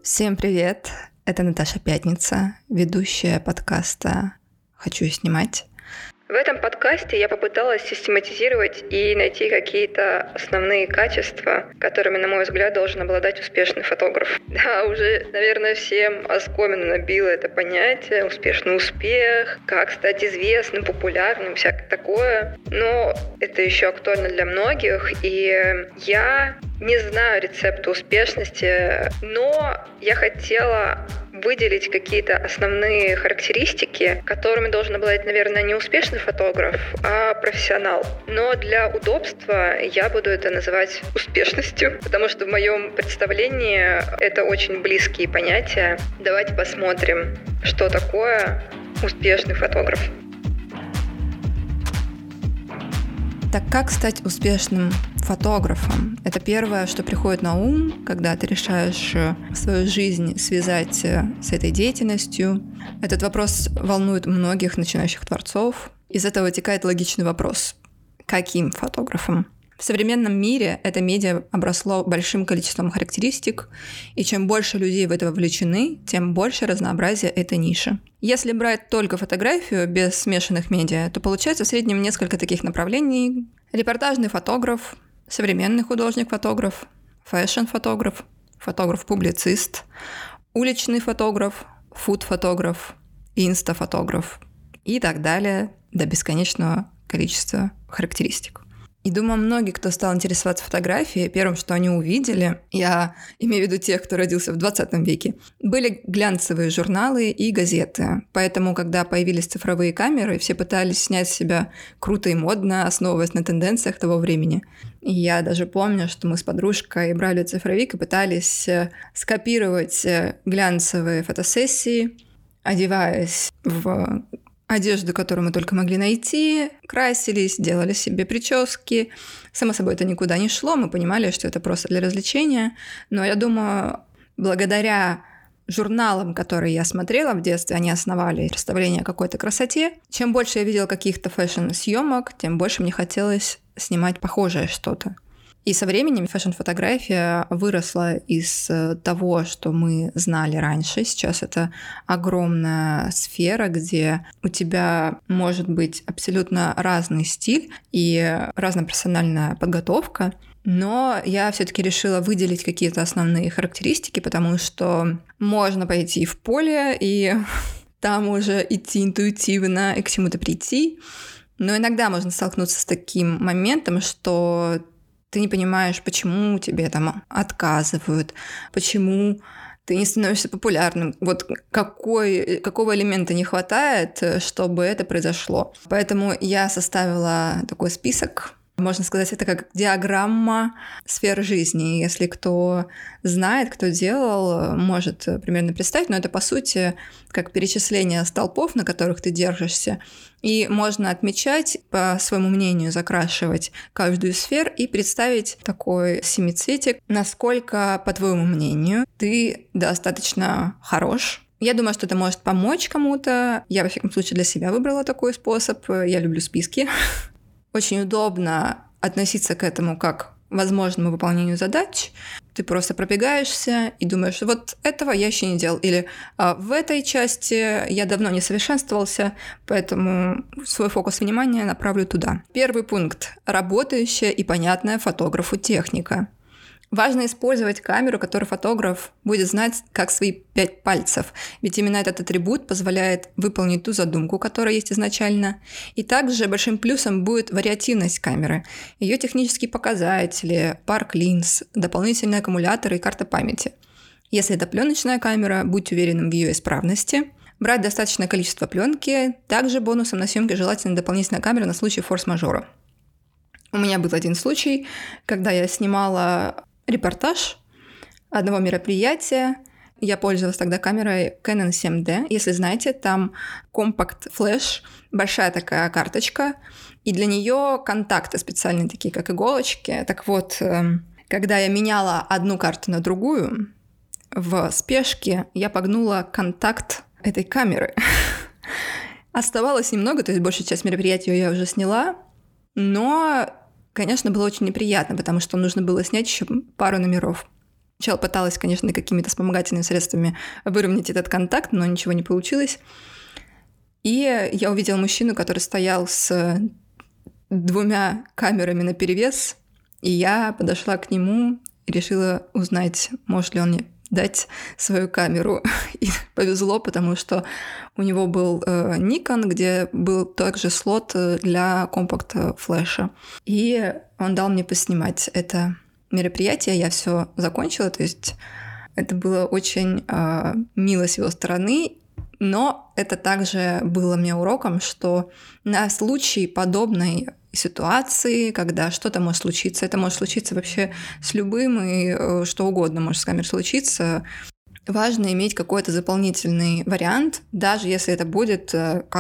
Всем привет! Это Наташа Пятница, ведущая подкаста «Хочу снимать». В этом подкасте я попыталась систематизировать и найти какие-то основные качества, которыми, на мой взгляд, должен обладать успешный фотограф. Да, уже, наверное, всем оскомину набило это понятие «успешный успех», как стать известным, популярным, всякое такое. Но это еще актуально для многих, и я не знаю рецепта успешности, но я хотела выделить какие-то основные характеристики, которыми должен обладать, наверное, не успешный фотограф, а профессионал. Но для удобства я буду это называть успешностью, потому что в моем представлении это очень близкие понятия. Давайте посмотрим, что такое успешный фотограф. Так как стать успешным фотографом? Это первое, что приходит на ум, когда ты решаешь свою жизнь связать с этой деятельностью. Этот вопрос волнует многих начинающих творцов. Из этого вытекает логичный вопрос: каким фотографом? В современном мире это медиа обросло большим количеством характеристик, и чем больше людей в это вовлечены, тем больше разнообразия этой ниши. Если брать только фотографию без смешанных медиа, то получается в среднем несколько таких направлений: репортажный фотограф, современный художник-фотограф, фэшн-фотограф, фотограф-публицист, уличный фотограф, фуд-фотограф, инста-фотограф и так далее до бесконечного количества характеристик. И думаю, многие, кто стал интересоваться фотографией, первым, что они увидели, я имею в виду тех, кто родился в 20 веке, были глянцевые журналы и газеты. Поэтому, когда появились цифровые камеры, все пытались снять себя круто и модно, основываясь на тенденциях того времени. И я даже помню, что мы с подружкой брали цифровик и пытались скопировать глянцевые фотосессии, одеваясь в одежду, которую мы только могли найти, красились, делали себе прически. Само собой, это никуда не шло, мы понимали, что это просто для развлечения. Но я думаю, благодаря журналам, которые я смотрела в детстве, они основали представление о какой-то красоте. Чем больше я видела каких-то фэшн-съемок, тем больше мне хотелось снимать похожее что-то. И со временем фэшн-фотография выросла из того, что мы знали раньше. Сейчас это огромная сфера, где у тебя может быть абсолютно разный стиль и разная профессиональная подготовка. Но я все-таки решила выделить какие-то основные характеристики, потому что можно пойти в поле и там уже идти интуитивно и к чему-то прийти. Но иногда можно столкнуться с таким моментом, что ты не понимаешь, почему тебе там отказывают, почему ты не становишься популярным. Вот какого элемента не хватает, чтобы это произошло. Поэтому я составила такой список. Можно сказать, это как диаграмма сфер жизни. Если кто знает, кто делал, может примерно представить, но это, по сути, как перечисление столпов, на которых ты держишься. И можно отмечать, по своему мнению, закрашивать каждую сферу и представить такой семицветик, насколько, по твоему мнению, ты достаточно хорош. Я думаю, что это может помочь кому-то. Я, во всяком случае, для себя выбрала такой способ. Я люблю списки. Очень удобно относиться к этому как к возможному выполнению задач. Ты просто пробегаешься и думаешь, вот этого я еще не делал. Или в этой части я давно не совершенствовался, поэтому свой фокус внимания направлю туда. Первый пункт – работающая и понятная фотографу техника. Важно использовать камеру, которую фотограф будет знать как свои 5 пальцев, ведь именно этот атрибут позволяет выполнить ту задумку, которая есть изначально. И также большим плюсом будет вариативность камеры, ее технические показатели, парк линз, дополнительные аккумуляторы и карта памяти. Если это пленочная камера, будь уверенным в ее исправности. Брать достаточное количество пленки. Также бонусом на съемке желательно дополнительная камера на случай форс-мажора. У меня был один случай, когда я снимала репортаж одного мероприятия. Я пользовалась тогда камерой Canon 7D. Если знаете, там компакт-флеш, большая такая карточка, и для нее контакты специальные, такие как иголочки. Так вот, когда я меняла одну карту на другую, в спешке я погнула контакт этой камеры. Оставалось немного, то есть большая часть мероприятия я уже сняла, но, конечно, было очень неприятно, потому что нужно было снять еще пару номеров. Сначала пыталась, конечно, какими-то вспомогательными средствами выровнять этот контакт, но ничего не получилось. И я увидела мужчину, который стоял с 2 камерами наперевес, и я подошла к нему и решила узнать, может ли он мне дать свою камеру. И повезло, потому что у него был Nikon, где был также слот для компакт-флеша. И он дал мне поснимать это мероприятие. Я все закончила, то есть это было очень мило с его стороны, но это также было мне уроком, что на случай подобной ситуации, когда что-то может случиться, это может случиться вообще с любым, и что угодно может с камерой случиться, важно иметь какой-то дополнительный вариант, даже если это будет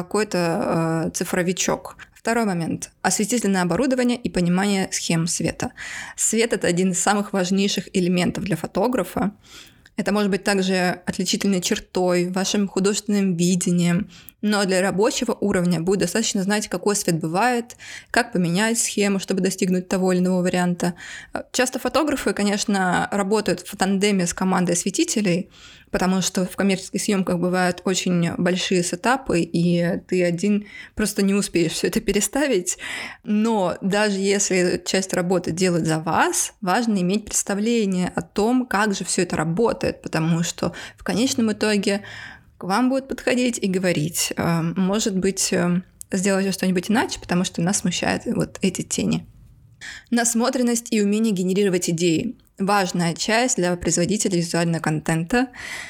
какой-то цифровичок. Второй момент – осветительное оборудование и понимание схем света. Свет – это один из самых важнейших элементов для фотографа. Это может быть также отличительной чертой, вашим художественным видением, но для рабочего уровня будет достаточно знать, какой свет бывает, как поменять схему, чтобы достигнуть того или иного варианта. Часто фотографы, конечно, работают в тандеме с командой осветителей, потому что в коммерческих съемках бывают очень большие сетапы, и ты один просто не успеешь все это переставить. Но даже если часть работы делают за вас, важно иметь представление о том, как же все это работает, потому что в конечном итоге к вам будут подходить и говорить, может быть, сделайте что-нибудь иначе, потому что нас смущают вот эти тени. Насмотренность и умение генерировать идеи. Важная часть для производителей визуального контента.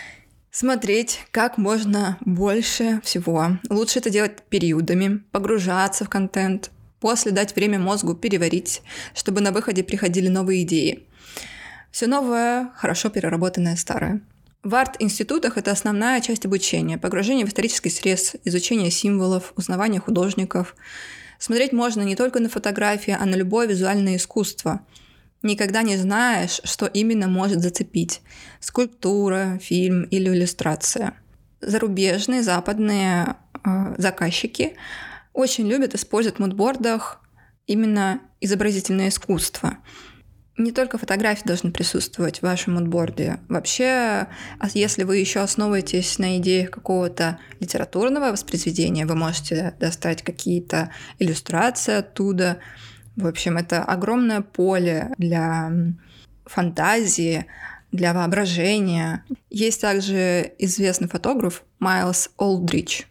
Смотреть как можно больше всего. Лучше это делать периодами, погружаться в контент, после дать время мозгу переварить, чтобы на выходе приходили новые идеи. Все новое, хорошо переработанное старое. В арт-институтах это основная часть обучения. Погружение в исторический срез, изучение символов, узнавание художников. Смотреть можно не только на фотографии, а на любое визуальное искусство. Никогда не знаешь, что именно может зацепить. Скульптура, фильм или иллюстрация. Зарубежные, западные заказчики очень любят использовать в мудбордах именно изобразительное искусство. Не только фотографии должны присутствовать в вашем мудборде. Вообще, если вы еще основываетесь на идеях какого-то литературного воспроизведения, вы можете достать какие-то иллюстрации оттуда. В общем, это огромное поле для фантазии, для воображения. Есть также известный фотограф Майлз Олдридж.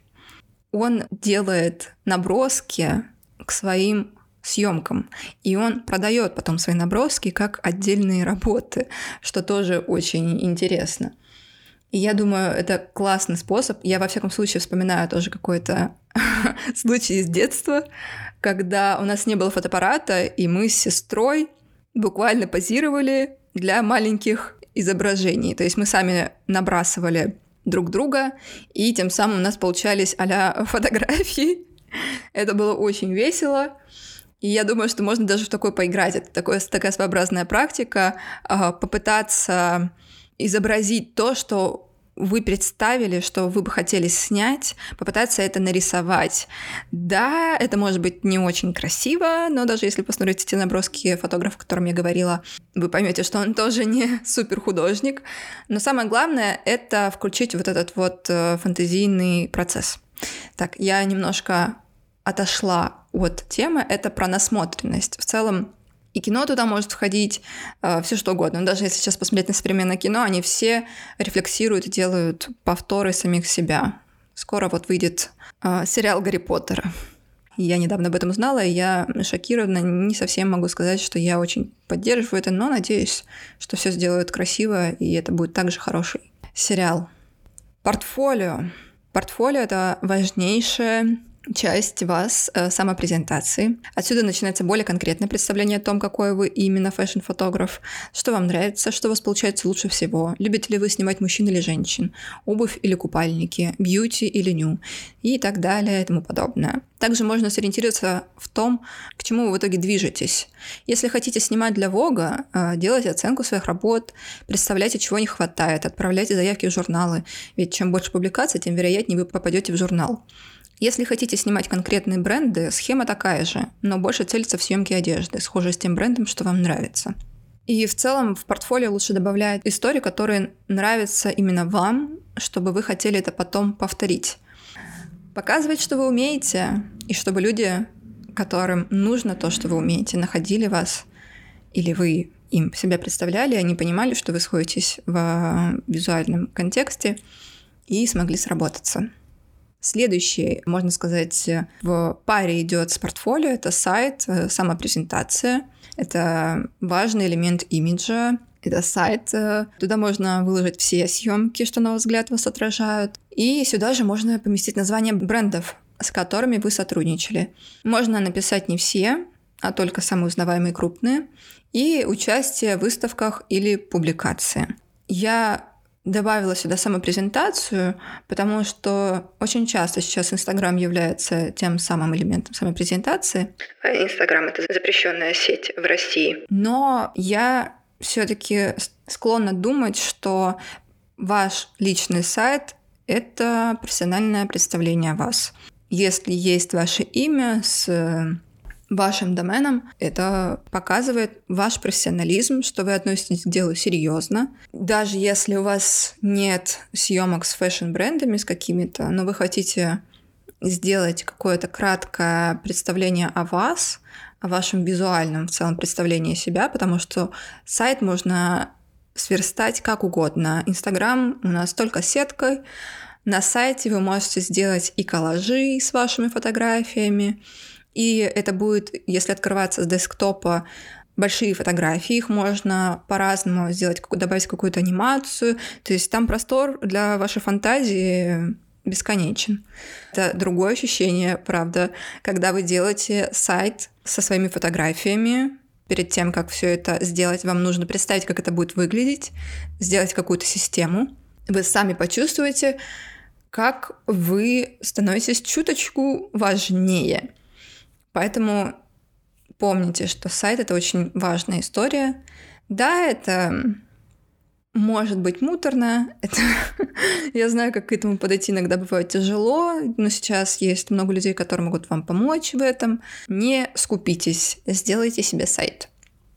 Он делает наброски к своим съемкам, и он продает потом свои наброски как отдельные работы, что тоже очень интересно. И я думаю, это классный способ. Я, во всяком случае, вспоминаю тоже какой-то случай из детства, когда у нас не было фотоаппарата, и мы с сестрой буквально позировали для маленьких изображений. То есть мы сами набрасывали друг друга, и тем самым у нас получались а-ля фотографии. Это было очень весело. И я думаю, что можно даже в такое поиграть. Это такая своеобразная практика, попытаться изобразить то, что вы представили, что вы бы хотели снять, попытаться это нарисовать. Да, это может быть не очень красиво, но даже если посмотреть те наброски фотографа, о котором я говорила, вы поймете, что он тоже не супер художник. Но самое главное — это включить вот этот вот фантазийный процесс. Так, я немножко отошла от темы, это про насмотренность. В целом и кино туда может входить, все что угодно. Но даже если сейчас посмотреть на современное кино, они все рефлексируют и делают повторы самих себя. Скоро вот выйдет сериал «Гарри Поттера». Я недавно об этом узнала, и я шокирована. Не совсем могу сказать, что я очень поддерживаю это, но надеюсь, что все сделают красиво, и это будет также хороший сериал. Портфолио. Портфолио — это важнейшая часть вас самопрезентации. Отсюда начинается более конкретное представление о том, какой вы именно фэшн-фотограф, что вам нравится, что у вас получается лучше всего, любите ли вы снимать мужчин или женщин, обувь или купальники, бьюти или ню и так далее и тому подобное. Также можно сориентироваться в том, к чему вы в итоге движетесь. Если хотите снимать для Vogue, делайте оценку своих работ, представляйте, чего не хватает, отправляйте заявки в журналы, ведь чем больше публикаций, тем вероятнее вы попадете в журнал. Если хотите снимать конкретные бренды, схема такая же, но больше целится в съемке одежды, схожей с тем брендом, что вам нравится. И в целом в портфолио лучше добавлять истории, которые нравятся именно вам, чтобы вы хотели это потом повторить. Показывать, что вы умеете, и чтобы люди, которым нужно то, что вы умеете, находили вас, или вы им себя представляли, они понимали, что вы сходитесь в визуальном контексте и смогли сработаться. Следующий, можно сказать, в паре идет с портфолио, это сайт, самопрезентация. Это важный элемент имиджа. Это сайт, туда можно выложить все съемки, что, на ваш взгляд, вас отражают. И сюда же можно поместить название брендов, с которыми вы сотрудничали. Можно написать не все, а только самые узнаваемые крупные. И участие в выставках или публикации. Я добавила сюда самопрезентацию, потому что очень часто сейчас Инстаграм является тем самым элементом самопрезентации. Инстаграм — это запрещенная сеть в России. Но я все-таки склонна думать, что ваш личный сайт — это профессиональное представление о вас. Если есть ваше имя с вашим доменом, это показывает ваш профессионализм, что вы относитесь к делу серьезно. Даже если у вас нет съемок с фэшн-брендами, с какими-то, но вы хотите сделать какое-то краткое представление о вас, о вашем визуальном в целом представлении себя, потому что сайт можно сверстать как угодно. Инстаграм у нас только сеткой. На сайте вы можете сделать и коллажи с вашими фотографиями, и это будет, если открываться с десктопа, большие фотографии, их можно по-разному сделать, добавить какую-то анимацию. То есть там простор для вашей фантазии бесконечен. Это другое ощущение, правда, когда вы делаете сайт со своими фотографиями. Перед тем, как все это сделать, вам нужно представить, как это будет выглядеть, сделать какую-то систему. Вы сами почувствуете, как вы становитесь чуточку важнее. Поэтому помните, что сайт — это очень важная история. Да, это может быть муторно. Я знаю, как к этому подойти иногда бывает тяжело, но сейчас есть много людей, которые могут вам помочь в этом. Не скупитесь, сделайте себе сайт.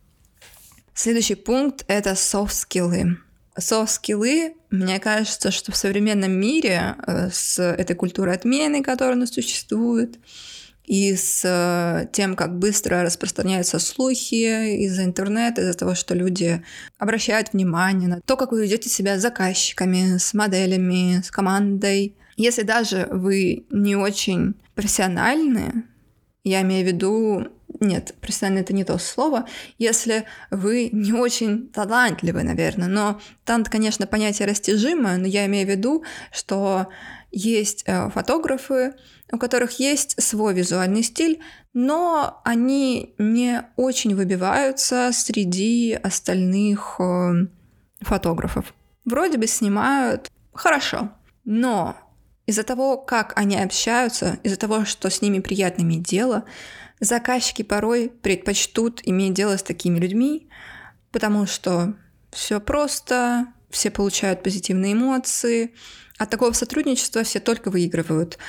Следующий пункт — это софт-скиллы. Софт-скиллы, мне кажется, что в современном мире с этой культурой отмены, которая у нас существует, и с тем, как быстро распространяются слухи из-за интернета, из-за того, что люди обращают внимание на то, как вы ведете себя с заказчиками, с моделями, с командой. Если даже вы не очень профессиональны, я имею в виду... Нет, профессионально — это не то слово. Если вы не очень талантливы, наверное, но талант, конечно, понятие растяжимое, но я имею в виду, что есть фотографы, у которых есть свой визуальный стиль, но они не очень выбиваются среди остальных фотографов. Вроде бы снимают хорошо, но из-за того, как они общаются, из-за того, что с ними приятно иметь дело, заказчики порой предпочтут иметь дело с такими людьми, потому что все просто, все получают позитивные эмоции, от такого сотрудничества все только выигрывают.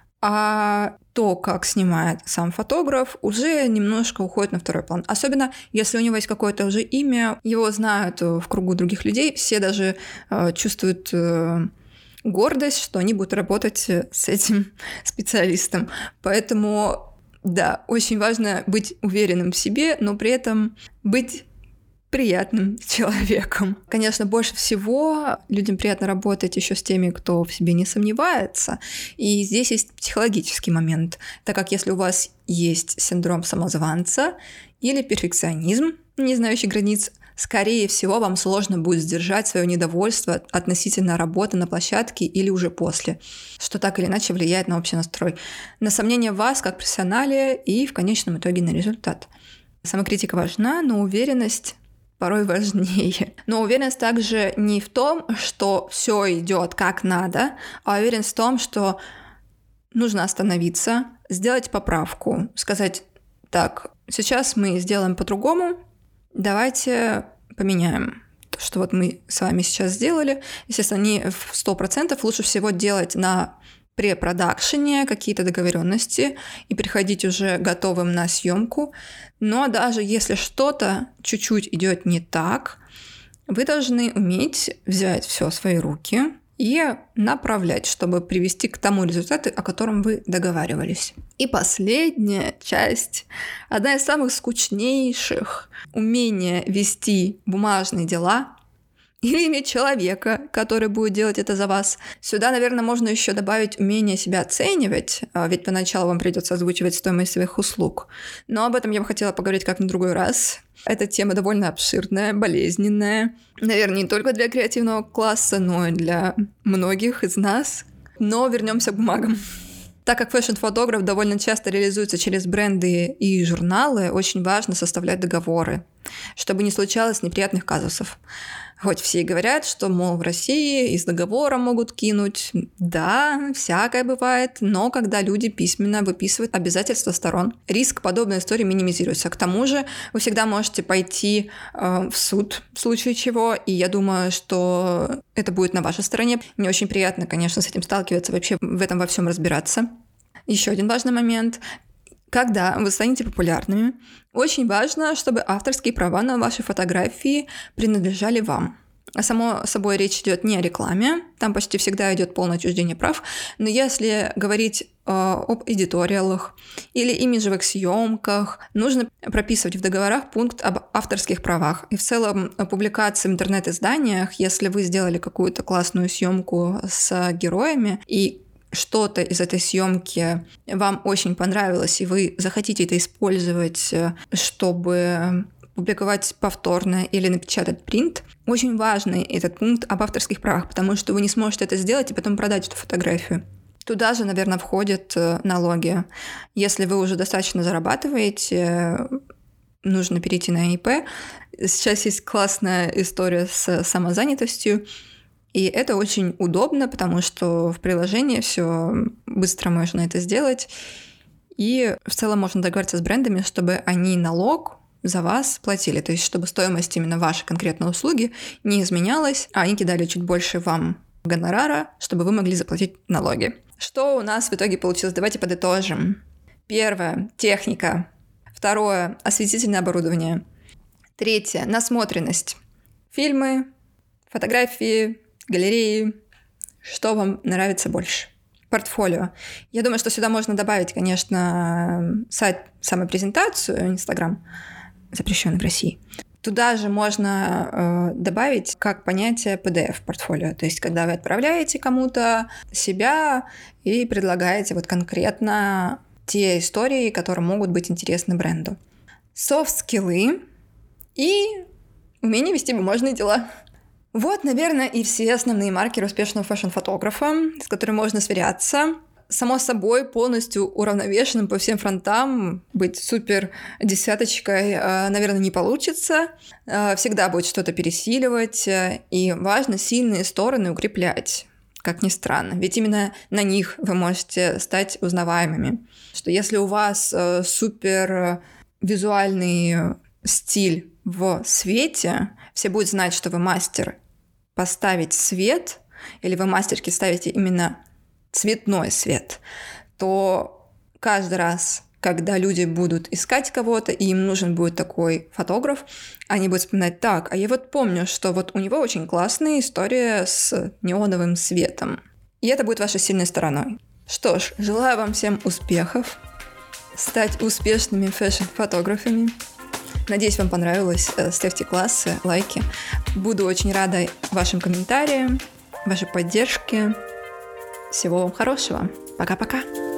А то, как снимает сам фотограф, уже немножко уходит на второй план. Особенно, если у него есть какое-то уже имя, его знают в кругу других людей, все даже чувствуют гордость, что они будут работать с этим специалистом. Поэтому, да, очень важно быть уверенным в себе, но при этом быть приятным человеком. Конечно, больше всего людям приятно работать еще с теми, кто в себе не сомневается. И здесь есть психологический момент, так как если у вас есть синдром самозванца или перфекционизм, не знающий границ, скорее всего, вам сложно будет сдержать свое недовольство относительно работы на площадке или уже после, что так или иначе влияет на общий настрой, на сомнение в вас как профессионале и в конечном итоге на результат. Самокритика важна, но уверенность порой важнее. Но уверенность также не в том, что все идет как надо, а уверенность в том, что нужно остановиться, сделать поправку, сказать: так, сейчас мы сделаем по-другому, давайте поменяем то, что вот мы с вами сейчас сделали. Естественно, не в 100%, лучше всего делать на препродакшене какие-то договоренности и приходить уже готовым на съемку. Но даже если что-то чуть-чуть идет не так, вы должны уметь взять все в свои руки и направлять, чтобы привести к тому результату, о котором вы договаривались. И последняя часть, одна из самых скучнейших: умение вести бумажные дела или иметь человека, который будет делать это за вас. Сюда, наверное, можно еще добавить умение себя оценивать, ведь поначалу вам придется озвучивать стоимость своих услуг. Но об этом я бы хотела поговорить как-нибудь в другой раз. Эта тема довольно обширная, болезненная. Наверное, не только для креативного класса, но и для многих из нас. Но вернемся к бумагам. Так как фэшн-фотограф довольно часто реализуется через бренды и журналы, очень важно составлять договоры, чтобы не случалось неприятных казусов. Хоть все и говорят, что, мол, в России из договора могут кинуть. Да, всякое бывает, но когда люди письменно выписывают обязательства сторон, риск подобной истории минимизируется. К тому же вы всегда можете пойти в суд в случае чего, и я думаю, что это будет на вашей стороне. Мне очень приятно, конечно, с этим сталкиваться, вообще в этом во всем разбираться. Еще один важный момент. Когда вы станете популярными, очень важно, чтобы авторские права на ваши фотографии принадлежали вам. Само собой, речь идет не о рекламе, там почти всегда идет полное отчуждение прав, но если говорить об эдиториалах или имиджевых съемках, нужно прописывать в договорах пункт об авторских правах. И в целом публикации в интернет-изданиях, если вы сделали какую-то классную съемку с героями и что-то из этой съемки вам очень понравилось, и вы захотите это использовать, чтобы публиковать повторно или напечатать принт, очень важный этот пункт об авторских правах, потому что вы не сможете это сделать и потом продать эту фотографию. Туда же, наверное, входят налоги. Если вы уже достаточно зарабатываете, нужно перейти на ИП. Сейчас есть классная история с самозанятостью. И это очень удобно, потому что в приложении все быстро можно это сделать. И в целом можно договориться с брендами, чтобы они налог за вас платили. То есть чтобы стоимость именно вашей конкретной услуги не изменялась, а они кидали чуть больше вам гонорара, чтобы вы могли заплатить налоги. Что у нас в итоге получилось? Давайте подытожим. Первое – техника. Второе – осветительное оборудование. Третье – насмотренность. Фильмы, фотографии, галереи, что вам нравится больше. Портфолио. Я думаю, что сюда можно добавить, конечно, сайт, самопрезентацию, Инстаграм, запрещенный в России. Туда же можно добавить как понятие PDF-портфолио. То есть, когда вы отправляете кому-то себя и предлагаете вот конкретно те истории, которые могут быть интересны бренду. Софт-скиллы и умение вести бумажные дела. Вот, наверное, и все основные маркеры успешного фэшн-фотографа, с которыми можно сверяться. Само собой, полностью уравновешенным по всем фронтам быть супер десяточкой, наверное, не получится. Всегда будет что-то пересиливать, и важно сильные стороны укреплять, как ни странно. Ведь именно на них вы можете стать узнаваемыми. Что если у вас супер визуальный стиль в свете, все будут знать, что вы мастер поставить свет, или вы мастерски ставите именно цветной свет, то каждый раз, когда люди будут искать кого-то, и им нужен будет такой фотограф, они будут вспоминать: так, а я вот помню, что вот у него очень классная история с неоновым светом. И это будет вашей сильной стороной. Что ж, желаю вам всем успехов, стать успешными фэшн-фотографами. Надеюсь, вам понравилось. Ставьте классы, лайки. Буду очень рада вашим комментариям, вашей поддержке. Всего вам хорошего. Пока-пока.